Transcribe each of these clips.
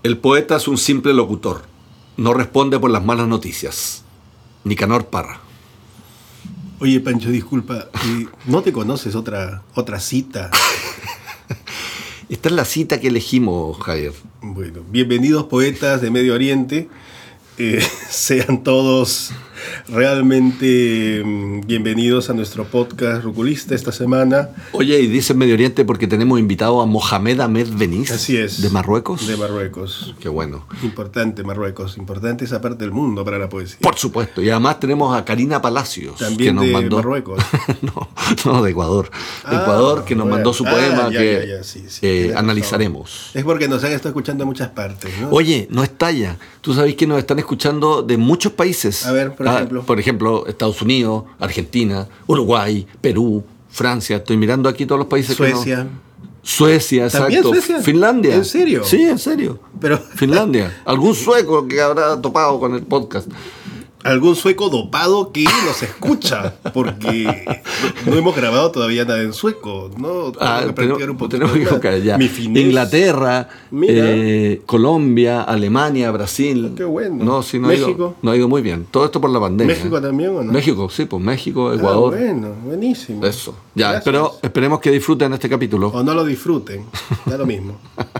El poeta es un simple locutor. No responde por las malas noticias. Nicanor Parra. Oye, Pancho, disculpa, ¿no te conoces otra cita? Esta es la cita que elegimos, Javier. Bueno, bienvenidos poetas de Medio Oriente. Sean todos realmente bienvenidos a nuestro podcast Ruculista esta semana. Oye, y dice Medio Oriente porque tenemos invitado a Mohamed Ahmed Beniz. Así es. ¿De Marruecos? De Marruecos. Qué bueno. Importante Marruecos, importante esa parte del mundo para la poesía. Por supuesto. Y además tenemos a Karina Palacios. También que nos de mandó... Marruecos. no, de Ecuador. De Ecuador, que nos mandó su poema sí, analizaremos. Es porque nos han estado escuchando en muchas partes, ¿no? Oye, no estalla. Tú sabes que nos están escuchando de muchos países. A ver, por ejemplo. Por ejemplo, Estados Unidos, Argentina, Uruguay, Perú, Francia. Estoy mirando aquí todos los países. Suecia. Suecia, ¿También exacto. Suecia? Finlandia. ¿En serio? Sí, en serio. Pero Finlandia. Algún sueco que habrá topado con el podcast. Algún sueco dopado que nos escucha, porque no hemos grabado todavía nada en sueco, ¿no? Tenemos que buscar ya. Inglaterra, Colombia, Alemania, Brasil. Qué bueno. No, sí, México. No ha ido muy bien. Todo esto por la pandemia. ¿México también o no? México, sí, pues México, Ecuador. Bueno, buenísimo. Eso. Ya, Gracias. esperemos que disfruten este capítulo. O no lo disfruten, da lo mismo.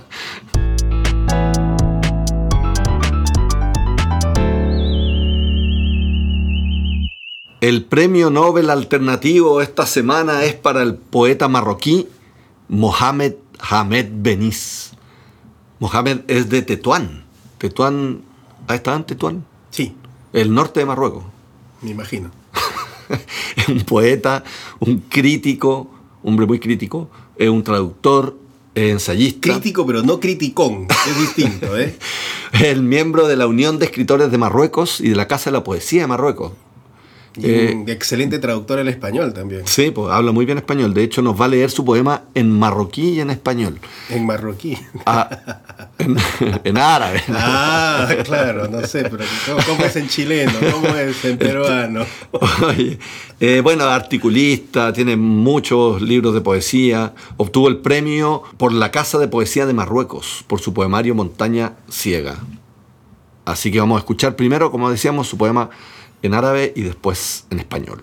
El premio Nobel alternativo esta semana es para el poeta marroquí Mohamed Ahmed Beniz. Mohamed es de Tetuán. Tetuán, ¿ha estado en Tetuán? Sí, El norte de Marruecos. me imagino. Es un poeta, un crítico, hombre muy crítico, es un traductor, ensayista. Crítico, pero no criticón, es distinto, ¿eh? Es el miembro de la Unión de Escritores de Marruecos y de la Casa de la Poesía de Marruecos. Y un excelente traductor al español también. Sí, pues habla muy bien español. De hecho, nos va a leer su poema en marroquí y en español. En marroquí. En árabe. Ah, claro, no sé, pero ¿cómo es en chileno? ¿Cómo es en peruano? Oye, bueno, articulista, tiene muchos libros de poesía. Obtuvo el premio por la Casa de Poesía de Marruecos, por su poemario Montaña Ciega. Así que vamos a escuchar primero, como decíamos, su poema en árabe y después en español.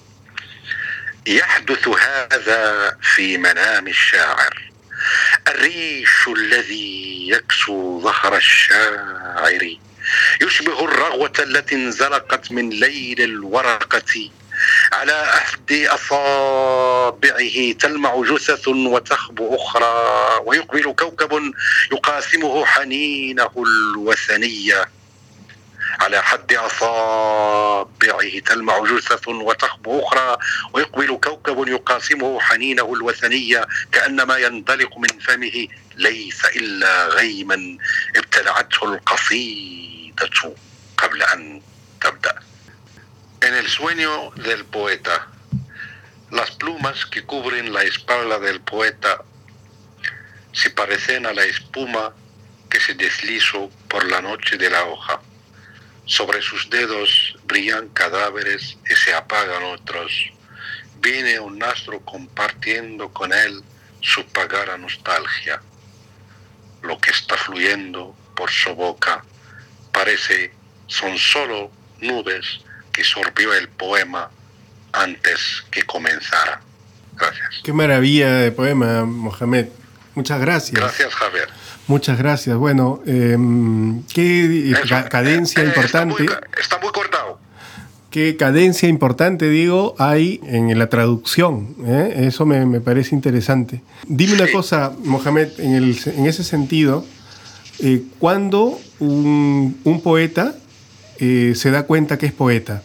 يحدث هذا في منام الشاعر الريش الذي يكسو ظهر الشاعر يشبه الرغوة التي انزلقت من ليل الورقة على أحد أصابعه تلمع جثث وتخبو أخرى ويقبل كوكب يقاسمه حنينه الوثنية على حد أصابعه تلمع جثث وتخبو أخرى ويقبل كوكب يقاسمه حنينه الوثنية كأنما يندلق من فمه ليس إلا غيما ابتلعته القصيدة قبل أن تبدأ. En el sueño del poeta, las plumas que cubren la espalda del poeta se parecen a la espuma que se deslizó por la noche de la hoja. Sobre sus dedos brillan cadáveres y se apagan otros. Viene un astro compartiendo con él su pagana nostalgia. Lo que está fluyendo por su boca son solo nubes que sorbió el poema antes que comenzara. Gracias. Qué maravilla de poema, Mohamed. Muchas gracias. Gracias, Javier. Muchas gracias. Bueno, qué cadencia importante. Está muy cortado. Qué cadencia importante, digo, hay en la traducción. Eso me parece interesante. Dime una cosa, Mohamed, en ese sentido, ¿cuándo un poeta se da cuenta que es poeta?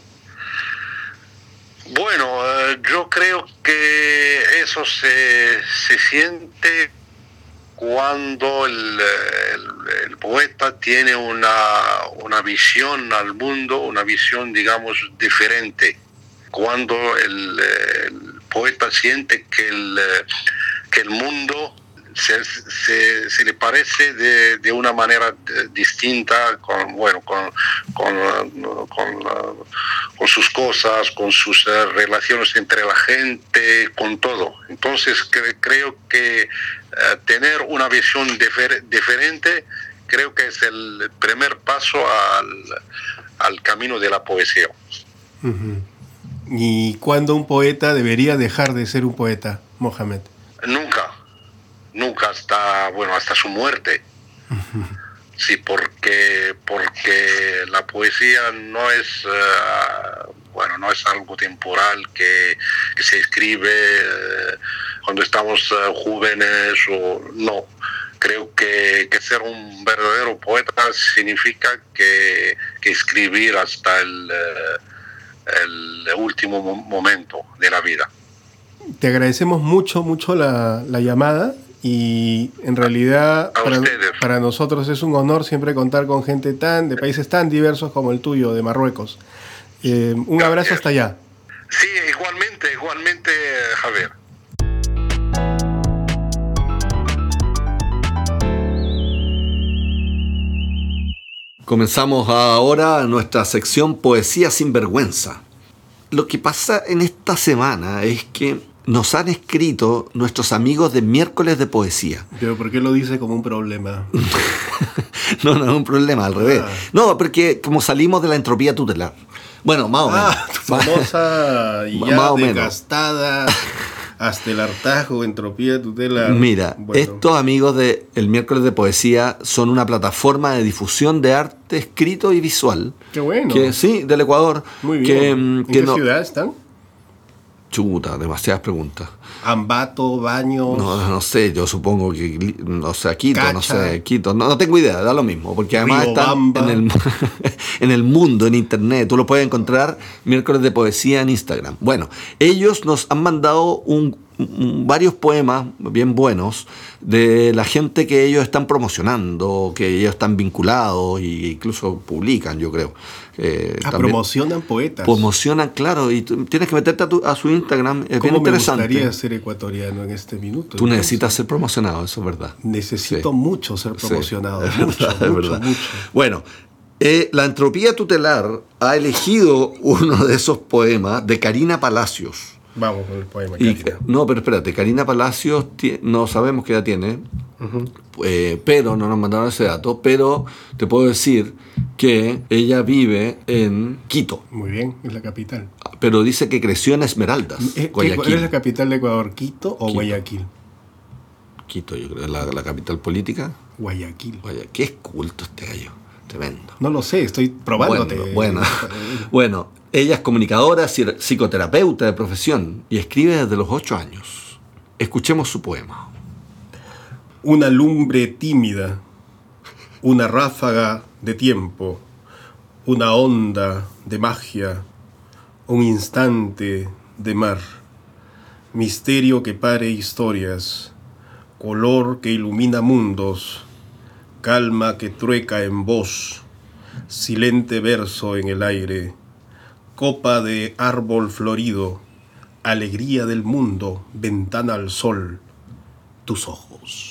Bueno, yo creo que eso se siente cuando el poeta tiene una visión al mundo, una visión, digamos, diferente. Cuando el poeta siente que el mundo se le parece de una manera distinta, con sus cosas, con sus relaciones entre la gente, con todo. Entonces creo que tener una visión diferente creo que es el primer paso al camino de la poesía. Uh-huh. ¿Y cuándo un poeta debería dejar de ser un poeta, Mohamed? Nunca hasta su muerte. Uh-huh. Sí, porque la poesía no es algo temporal que se escribe cuando estamos jóvenes o no. Creo que ser un verdadero poeta significa que escribir hasta el último momento de la vida. Te agradecemos mucho la llamada. Y en realidad para nosotros es un honor siempre contar con gente de países tan diversos como el tuyo, de Marruecos. Un abrazo hasta allá. Sí, igualmente, Javier. Comenzamos ahora nuestra sección Poesía sin Vergüenza. Lo que pasa en esta semana es que nos han escrito nuestros amigos de Miércoles de Poesía. ¿Pero por qué lo dice como un problema? No es un problema, al revés. No, porque como salimos de la entropía tutelar. Bueno, más o menos. Famosa y ya desgastada hasta el hartazgo, entropía tutelar. Mira, estos amigos de El Miércoles de Poesía son una plataforma de difusión de arte escrito y visual. ¡Qué bueno! Sí, del Ecuador. Muy bien. ¿En qué ciudad están? Chuta, demasiadas preguntas. Ambato, Baños. No sé, yo supongo que, Quito, Cacha. Quito. No tengo idea, da lo mismo, porque además están en el mundo, en internet. Tú lo puedes encontrar Miércoles de Poesía en Instagram. Bueno, ellos nos han mandado varios poemas bien buenos de la gente que ellos están promocionando, que ellos están vinculados e incluso publican, yo creo. Promocionan poetas. Promocionan, claro, y tú tienes que meterte a su Instagram. Es bien interesante. Me gustaría ser ecuatoriano en este minuto. Tú necesitas ser promocionado, eso es verdad. Necesito mucho ser promocionado. Sí, mucho. Bueno, la entropía tutelar ha elegido uno de esos poemas de Karina Palacios. Vamos con el poema. No, pero espérate, Karina Palacios no sabemos qué edad tiene, pero no nos mandaron ese dato, pero te puedo decir que ella vive en Quito. Muy bien, es la capital. Pero dice que creció en Esmeraldas, Guayaquil. ¿Cuál es la capital de Ecuador, Quito o Guayaquil? Quito, yo creo, la capital política. Guayaquil. Qué es culto este gallo, tremendo. No lo sé, estoy probándote. Bueno, ella es comunicadora, psicoterapeuta de profesión y escribe desde los 8 años. Escuchemos su poema. Una lumbre tímida, una ráfaga de tiempo, una onda de magia, un instante de mar, misterio que pare historias, color que ilumina mundos, calma que trueca en voz, silente verso en el aire, copa de árbol florido, alegría del mundo, ventana al sol, tus ojos.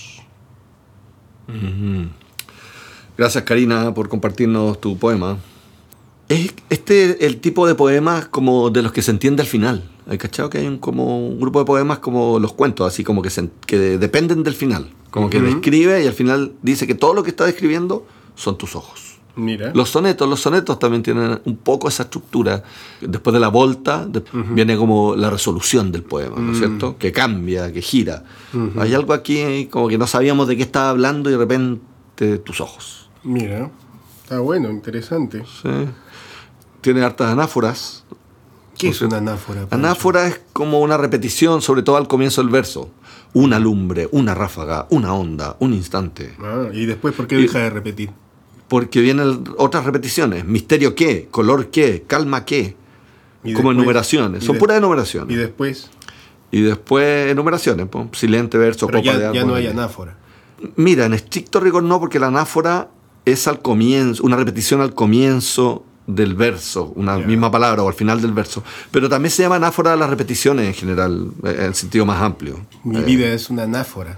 Gracias, Karina, por compartirnos tu poema. Es el tipo de poemas como de los que se entiende al final. ¿Hay cachado que hay como un grupo de poemas como los cuentos, así como que dependen del final? Como que describe y al final dice que todo lo que está describiendo son tus ojos. Mira. Los sonetos también tienen un poco esa estructura. Después de la volta viene como la resolución del poema, ¿no es cierto? Que cambia, que gira. Hay algo aquí como que no sabíamos de qué estaba hablando y de repente tus ojos. Mira, está bueno, interesante. Sí. Tiene hartas anáforas. ¿Qué es una anáfora? Anáfora es como una repetición, sobre todo al comienzo del verso. Una lumbre, una ráfaga, una onda, un instante. ¿Y después por qué deja de repetir? Porque vienen otras repeticiones. Misterio qué, color qué, calma qué. Como enumeraciones. Son puras enumeraciones. ¿Y después? Y después enumeraciones. Silente verso, pero copa de árbol. Ya no hay anáfora. Mira, en estricto rigor no, porque la anáfora es al comienzo, una repetición al comienzo del verso, una misma palabra o al final del verso. Pero también se llama anáfora a las repeticiones en general, en el sentido más amplio. Mi vida es una anáfora.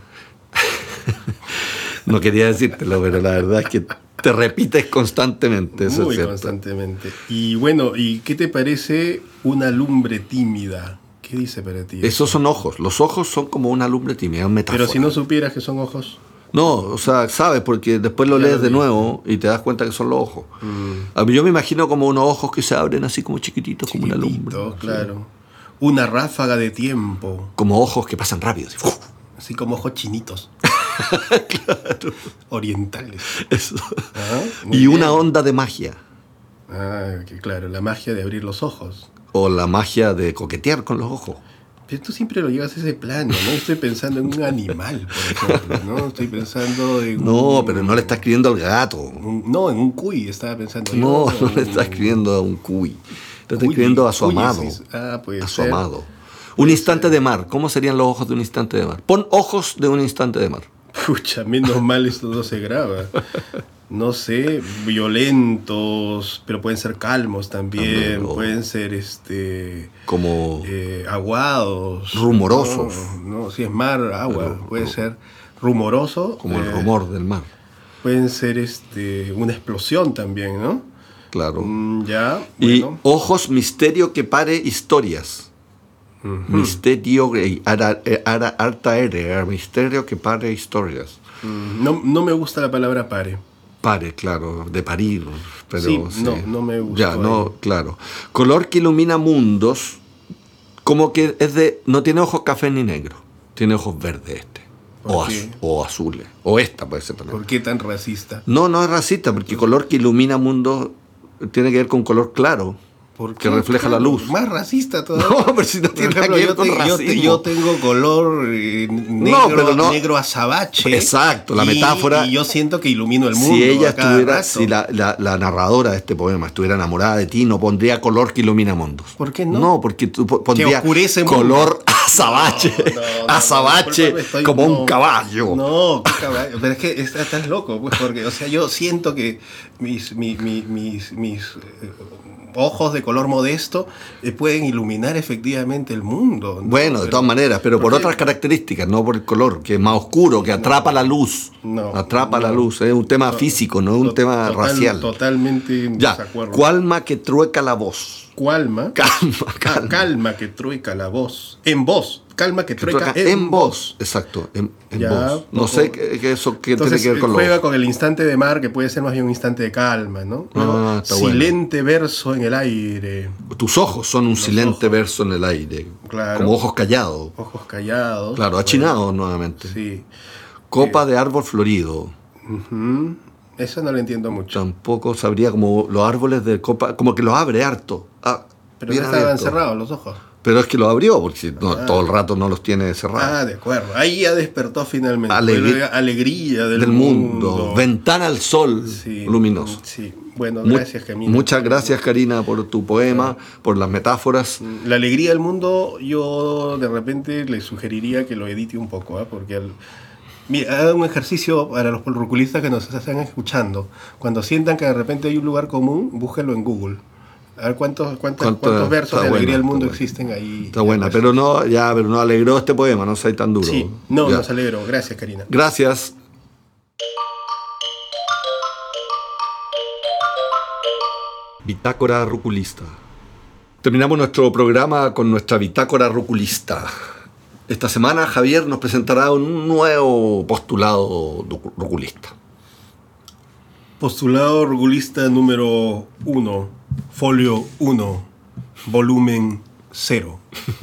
No quería decírtelo, pero la verdad es que te repites constantemente. Eso Muy es cierto. Constantemente. Y bueno, ¿y qué te parece una lumbre tímida? ¿Qué dice para ti? Esos son ojos. Los ojos son como una lumbre tímida, una metáfora. Pero si no supieras que son ojos. No, o sea, sabes, porque después lo Ya lees lo de vi. nuevo y te das cuenta que son los ojos. A mí yo me imagino como unos ojos que se abren así como chiquititos, como una lumbre. Chiquitito, claro. Una ráfaga de tiempo, Como ojos que pasan rápido. Así, ¡uf! así como ojos chinitos. Orientales. Eso. Ah, muy Y una bien. onda de magia. Ah, que claro, la magia de abrir los ojos. O la magia de coquetear con los ojos. Pero tú siempre lo llevas a ese plano, ¿no? Estoy pensando en un animal, por ejemplo, ¿no? Estoy pensando en No, pero no le está escribiendo al gato. no, en un cuy estaba pensando No, yo. no le está escribiendo a un cuy. Le está Cuy, escribiendo a su cuy, amado. sí. Ah, puede A su ser. amado. Un instante de mar. ¿Cómo serían los ojos de un instante de mar? Pon ojos de un instante de mar. Pucha, menos mal esto no se graba. No sé, violentos, pero pueden ser calmos también, También, o- pueden ser Como aguados. Rumorosos. No, si es mar, agua, Pero- puede ser rumoroso. como el rumor del mar. Pueden ser una explosión también, ¿no? Claro. Ya, Y bueno. ojos, misterio que pare historias. Misterio, misterio que pare historias. No me gusta la palabra pare. Pare, claro, de parir. Pero, Sí, no me gusta Ya, ahí. no, claro. Color que ilumina mundos, como que es de. No tiene ojos café ni negro. Tiene ojos verdes este. ¿Por qué? O azules. O esta puede ser también. ¿Por qué tan racista? No, no es racista, porque color que ilumina mundos tiene que ver con color claro. ¿Por Que qué? refleja la luz. Más racista todavía. No, pero si no Por tiene nada ejemplo, que ver con racismo. yo tengo color pero no. negro azabache. Exacto, la metáfora- Y yo siento que ilumino el mundo. Si ella a cada estuviera, rato. si la narradora de este poema estuviera enamorada de ti, no pondría color que ilumina mundos. ¿Por qué no? No, porque tú pondría oscurece color azabache, azabache discúlpame, estoy- como no. un caballo. No, qué caballo. Pero es que estás loco, pues, porque, o sea, yo siento que mis ojos de color modesto pueden iluminar efectivamente el mundo, ¿no? Bueno, de todas maneras, pero por ¿por qué? otras características, no por el color, que es más oscuro, que atrapa la luz. No, Atrapa no. la luz, es un tema físico, no es un tema racial. Totalmente en Ya, desacuerdo. cualma que trueca la voz. Calma. Calma. Calma que trueca la voz. En voz. Calma que trueca Trueca en voz. Exacto, en Ya, voz. No poco. sé qué eso qué Entonces tiene que ver con juega lo con el instante de mar, que puede ser más bien un instante de calma, ¿no? Luego, está bueno. silente verso en el aire, Tus ojos son un silente ojos. verso en el aire. Claro. Como ojos callados. ojos callados. Claro, achinados nuevamente. Sí. Copa de árbol florido. Ujú. Eso no lo entiendo mucho. Tampoco sabría como los árboles de copa, como que los abre harto. Ah, Pero bien no estaban abierto. cerrados los ojos. Pero es que los abrió, porque si no, todo el rato no los tiene cerrados. Ah, de acuerdo. Ahí ya despertó finalmente. Alegría- Alegría del Del mundo. Ventana al sol Sí. luminoso. Sí. Bueno, Mu- gracias, Camila. Muchas gracias, Karina, por tu poema, por las metáforas. La alegría del mundo, yo de repente le sugeriría que lo edite un poco, ¿ah? Porque mira, hagan un ejercicio para los ruculistas que nos están escuchando. Cuando sientan que de repente hay un lugar común, búsquenlo en Google. A ver cuántos versos está de alegría buena, del mundo está buena. existen ahí. Está buena, pero no alegró este poema, no soy tan duro. Sí, no, Ya. nos alegro. Gracias, Karina. Gracias. Bitácora ruculista. Terminamos nuestro programa con nuestra bitácora ruculista. Esta semana Javier nos presentará un nuevo postulado ruculista. Postulado rugulista número 1, folio 1, volumen 0.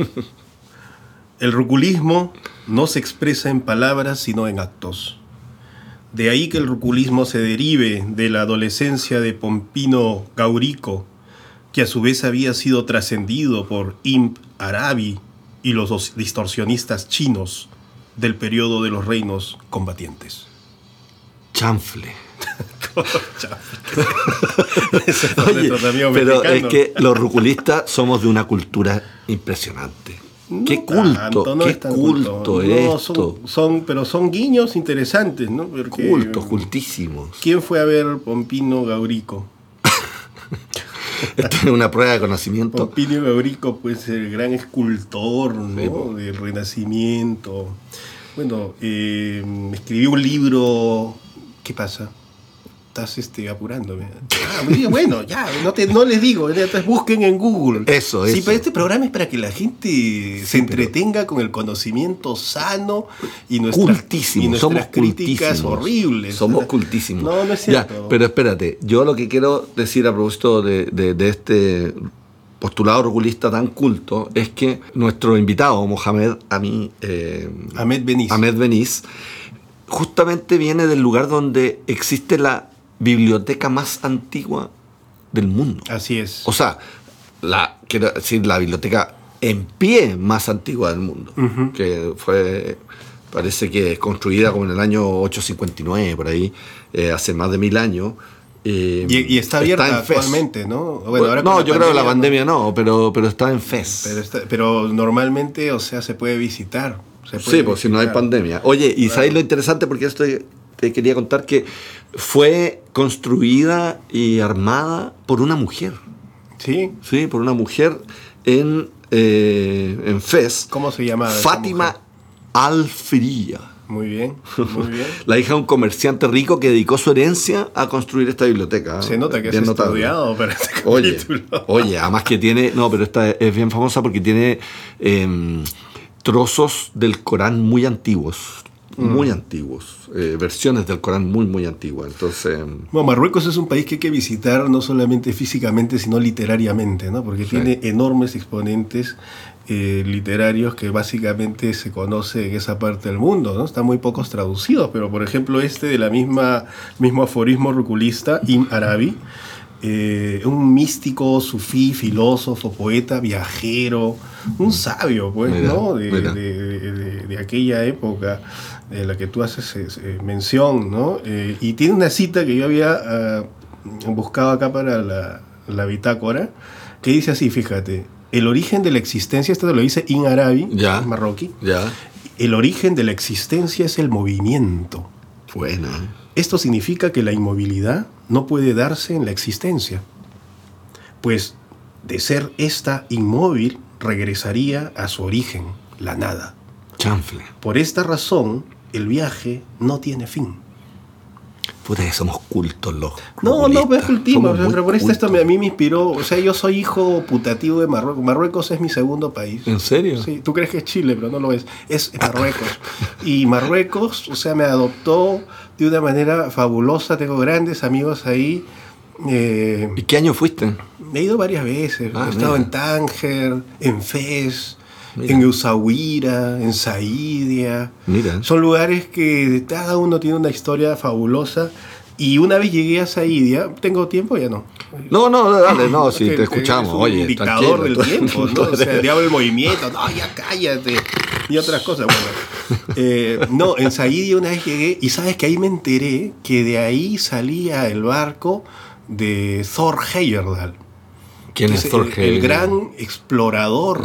El ruculismo no se expresa en palabras sino en actos. De ahí que el ruculismo se derive de la adolescencia de Pompino Gaurico, que a su vez había sido trascendido por Ibn Arabi y los distorsionistas chinos del periodo de los reinos combatientes. Chanfle. Ese es Oye, nuestro amigo pero mexicano. es que los ruculistas somos de una cultura impresionante. Qué No culto, tanto, no qué es tan culto es No, esto. pero son guiños interesantes, ¿no? Porque, Cultos, cultísimos. ¿quién fue a ver Pompino Gaurico? Esto es una prueba de conocimiento. Pompino Gaurico, pues el gran escultor, Sí, ¿no? Del Renacimiento. Bueno, escribió un libro. ¿Qué pasa? estás apurándome. Bueno, ya, no les digo, entonces busquen en Google. Eso. Sí, pero este programa es para que la gente se entretenga con el conocimiento sano y nuestras críticas horribles. Somos cultísimos. No es cierto. Ya, pero espérate, yo lo que quiero decir a propósito de este postulado rugulista tan culto es que nuestro invitado, Mohamed Ahmed Beniz, justamente viene del lugar donde existe la biblioteca más antigua del mundo. Así es. O sea, quiero decir, la biblioteca en pie más antigua del mundo, que parece que es construida como en el año 859, por ahí, hace más de 1000 años. Y está abierta actualmente, ¿no? Bueno, ahora no, yo creo que la pandemia no, pero está en Fez. Pero normalmente, o sea, se puede visitar. Sí, pues si no hay pandemia. Oye, y ¿sabéis lo interesante? Porque esto te quería contar que fue construida y armada por una mujer. ¿Sí? Sí, por una mujer en Fez. ¿Cómo se llama? Fátima Al-Firia. Muy bien. La hija de un comerciante rico que dedicó su herencia a construir esta biblioteca. Se nota que has estudiado para este capítulo. Oye, además que tiene... No, pero esta es bien famosa porque tiene trozos del Corán muy antiguos. Muy antiguos. Versiones del Corán muy antiguas. Entonces... Bueno, Marruecos es un país que hay que visitar no solamente físicamente, sino literariamente, ¿no? Porque tiene enormes exponentes literarios que básicamente se conoce en esa parte del mundo, ¿no? Están muy pocos traducidos, pero por ejemplo de la mismo aforismo ruculista, Ibn Arabi, un místico, sufí, filósofo, poeta, viajero, un sabio, pues, ¿no? De aquella época de la que tú haces mención, ¿no? Y tiene una cita que yo había buscado acá para la bitácora, que dice así, fíjate: el origen de la existencia, esto lo dice Ibn Arabi, marroquí, el origen de la existencia es el movimiento. Bueno. Esto significa que la inmovilidad no puede darse en la existencia, pues de ser esta inmóvil regresaría a su origen, la nada. Chanfle. Por esta razón, el viaje no tiene fin. Puta que somos cultos los No, es cultismo, pero por esto a mí me inspiró. O sea, yo soy hijo putativo de Marruecos. Marruecos es mi segundo país. ¿En serio? Sí, tú crees que es Chile, pero no lo es. Es Marruecos. Y Marruecos, o sea, me adoptó de una manera fabulosa. Tengo grandes amigos ahí. ¿Y qué año fuiste? He ido varias veces. He estado en Tánger, en Fez, en Essaouira, en Saïdia. Mira. Son lugares que cada uno tiene una historia fabulosa. Y una vez llegué a Saïdia, ¿tengo tiempo? Ya no. No, dale, si te escuchamos. Oye, un dictador del tiempo, ¿no? O sea, el diablo del movimiento. No, ya cállate. Y otras cosas. Bueno, en Saïdia una vez llegué y sabes que ahí me enteré que de ahí salía el barco de Thor Heyerdahl. ¿Quién es Thor Heyerdahl? El gran explorador.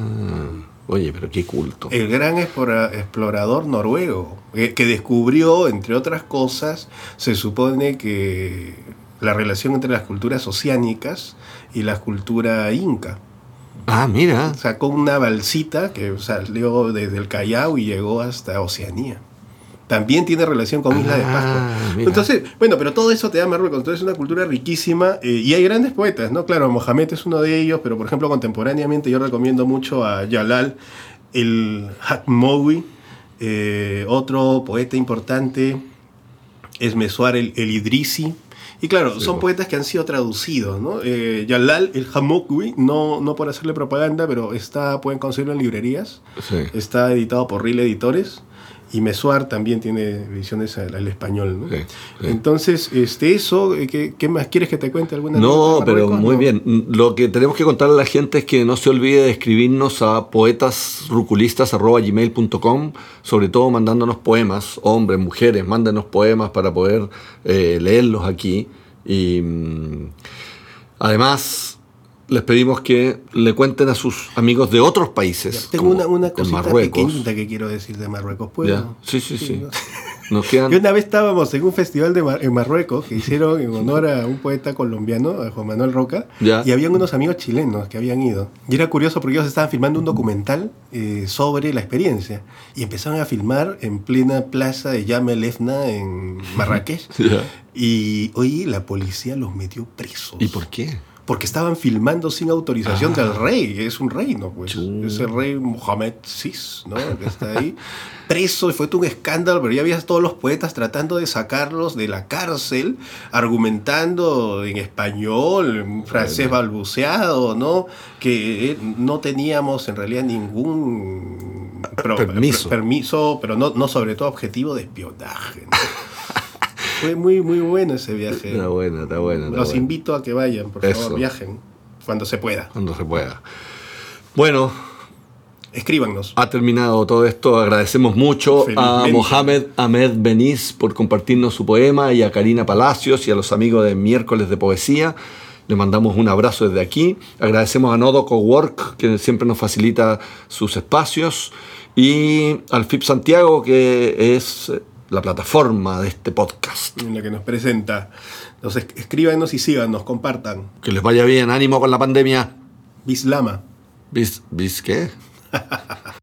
Oye, pero qué culto. El gran explorador noruego, que descubrió, entre otras cosas, se supone que la relación entre las culturas oceánicas y la cultura inca. Mira. Sacó una balsita que salió desde el Callao y llegó hasta Oceanía. También tiene relación con Isla de Pascua. Mira. Entonces, pero todo eso te da Marruecos. Entonces es una cultura riquísima y hay grandes poetas, ¿no? Claro, Mohamed es uno de ellos, pero por ejemplo contemporáneamente yo recomiendo mucho a Jalal el Hakmoui, otro poeta importante es Mesouar el Idrisi. Y claro, son poetas que han sido traducidos, ¿no? Jalal el Hakmoui, no por hacerle propaganda, pero pueden conseguirlo en librerías. Sí. Está editado por Ril Editores. Y Mesouar también tiene ediciones al español, ¿no? Sí. Entonces, eso, ¿qué más quieres que te cuente alguna? No, pero muy bien. Lo que tenemos que contarle a la gente es que no se olvide de escribirnos a poetasruculistas@gmail.com, sobre todo mandándonos poemas, hombres, mujeres, mándenos poemas para poder leerlos aquí. Y además les pedimos que le cuenten a sus amigos de otros países. Tengo una cosita Marruecos. pequeñita que quiero decir de Marruecos. ¿Puedo? Sí. Nos quedan... Y una vez estábamos en un festival en Marruecos que hicieron en honor a un poeta colombiano, a Juan Manuel Roca, Ya. y habían unos amigos chilenos que habían ido. Y era curioso porque ellos estaban filmando un documental sobre la experiencia. Y empezaron a filmar en plena plaza de Yam el Efna en Marrakech. Ya. Y hoy la policía los metió presos. ¿Y por qué? Porque estaban filmando sin autorización del rey. Es un reino, pues. Es el rey Mohamed VI, ¿no? Que está ahí. Preso, y fue todo un escándalo, pero ya habías todos los poetas tratando de sacarlos de la cárcel, argumentando en español, en francés balbuceado, ¿no? Que no teníamos en realidad ningún permiso, pero no sobre todo objetivo de espionaje, ¿no? Fue muy, muy bueno ese viaje. Está bueno. Los invito a que vayan, por favor, viajen cuando se pueda. Cuando se pueda. Bueno, escríbanos. Ha terminado todo esto. Agradecemos mucho a Mohamed Ahmed Beniz por compartirnos su poema, y a Karina Palacios y a los amigos de Miércoles de Poesía. Le mandamos un abrazo desde aquí. Agradecemos a Nodo Cowork, que siempre nos facilita sus espacios, y al FIP Santiago, que es la plataforma de este podcast. En la que nos presenta. Entonces, escríbanos y síganos, compartan. Que les vaya bien. Ánimo con la pandemia. Bislama. ¿Bis qué?